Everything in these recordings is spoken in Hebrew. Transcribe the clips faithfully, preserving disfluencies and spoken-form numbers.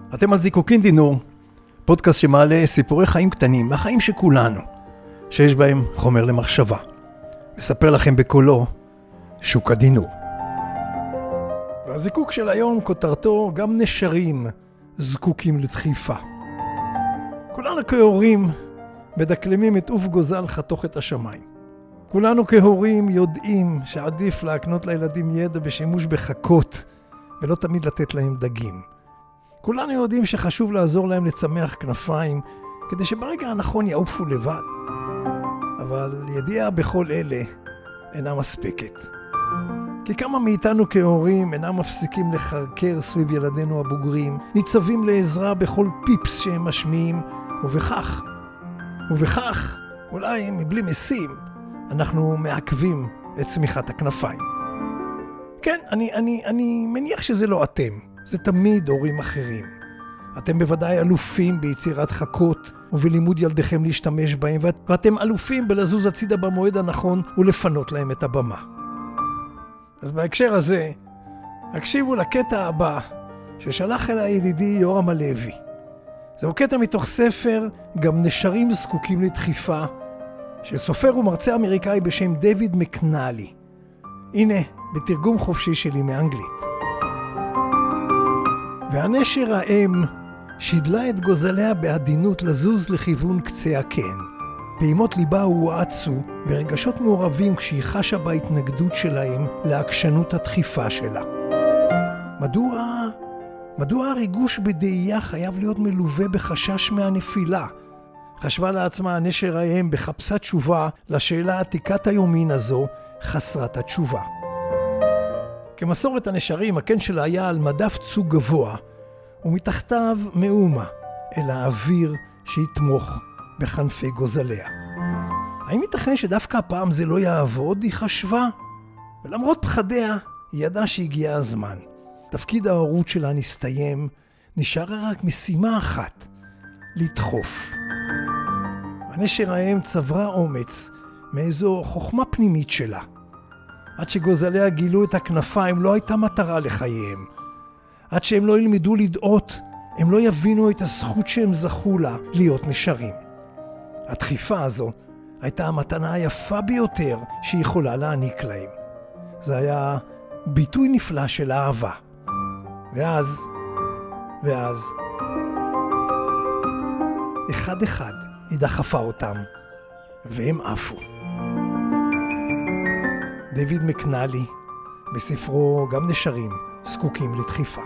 אתם על זיקוקין דינור, פודקאסט שמעלה סיפורי חיים קטנים, מהחיים שכולנו, שיש בהם חומר למחשבה. מספר לכם בקולו, שוק הדינור. והזיקוק של היום כותרתו, גם נשרים זקוקים לדחיפה. כולנו כהורים מדקלמים את אוף גוזל חתוך את השמיים. כולנו כהורים יודעים שעדיף להקנות לילדים ידע בשימוש בחכות, ולא תמיד לתת להם דגים. כולנו יודעים שחשוב לעזור להם לצמח כנפיים, כדי שברגע הנכון יעופו לבד. אבל ידיעה בכל אלה אינה מספקת. כי כמה מאיתנו כהורים אינם מפסיקים לחרקר סביב ילדינו הבוגרים, ניצבים לעזרה בכל פיפס שהם משמיעים, ובכך, ובכך, אולי מבלי משים, אנחנו מעכבים את צמיחת הכנפיים. כן, אני, אני, אני מניח שזה לא אתם. זה תמיד הורים אחרים. אתם בוודאי אלופים ביצירת חכות ובלימוד ילדיכם להשתמש בהם, ואתם אלופים בלזוז הצידה במועד הנכון ולפנות להם את הבמה. אז בהקשר הזה, הקשיבו לקטע הבא ששלח אליי ידידי יורם הלוי. זהו קטע מתוך ספר גם נשרים זקוקים לדחיפה, של סופר ומרצה אמריקאי בשם דיוויד מקנלי. הנה, בתרגום חופשי שלי מאנגלית. והנשר האם שידלה את גוזליה בעדינות לזוז לכיוון קצה הקן. פעימות ליבה הואצו ברגשות מעורבים כשהיא חשה בהתנגדות שלהם לעקשנות הדחיפה שלה. מדוע, מדוע הריגוש בדאייה חייב להיות מלווה בחשש מהנפילה? חשבה לעצמה הנשר האם בחפשה תשובה לשאלה עתיקת היומין הזו חסרת התשובה. כמסורת הנשרים, הקן שלה היה על מדף צוג גבוה, ומתחתיו מאומה אל האוויר שיתמוך בכנפי גוזליה. האם ייתכן שדווקא הפעם זה לא יעבוד? היא חשבה, ולמרות פחדיה, היא ידעה שהגיע הזמן. תפקיד ההורות שלה נסתיים, נשארה רק משימה אחת, לדחוף. הנשר האם צברה אומץ מאיזו חוכמה פנימית שלה. עד שגוזליה גילו את הכנפיים לא הייתה מטרה לחייהם. עד שהם לא ילמדו לדעות, הם לא יבינו את הזכות שהם זכו לה להיות נשרים. הדחיפה הזו הייתה המתנה היפה ביותר שהיא יכולה להעניק להם. זה היה ביטוי נפלא של אהבה. ואז, ואז, אחד אחד היא דחפה אותם, והם עפו. דיוויד מקנלי, בספרו גם נשרים זקוקים לדחיפה.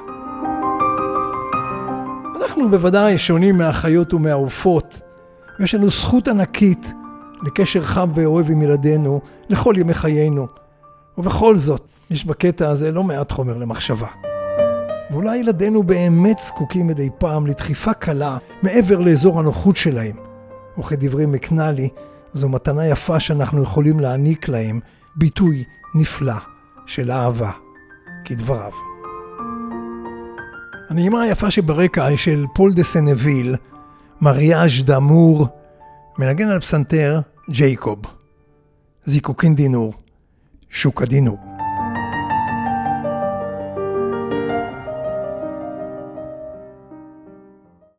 אנחנו בוודאי שונים מהחיות ומהעופות, ויש לנו זכות ענקית לקשר חם ואוהב עם ילדינו לכל ימי חיינו. ובכל זאת, יש בקטע הזה לא מעט חומר למחשבה. ואולי ילדינו באמת זקוקים מדי פעם לדחיפה קלה מעבר לאזור הנוחות שלהם. וכדברי מקנלי, זו מתנה יפה שאנחנו יכולים להעניק להם, ביטוי נפלא של אהבה, כדבריו. הנעימה היפה שברקע היא של פול דה סנביל, מריאז' דאמור, מנגן על פסנתר ג'ייקוב. זיקוקין דינור, שוק הדינור.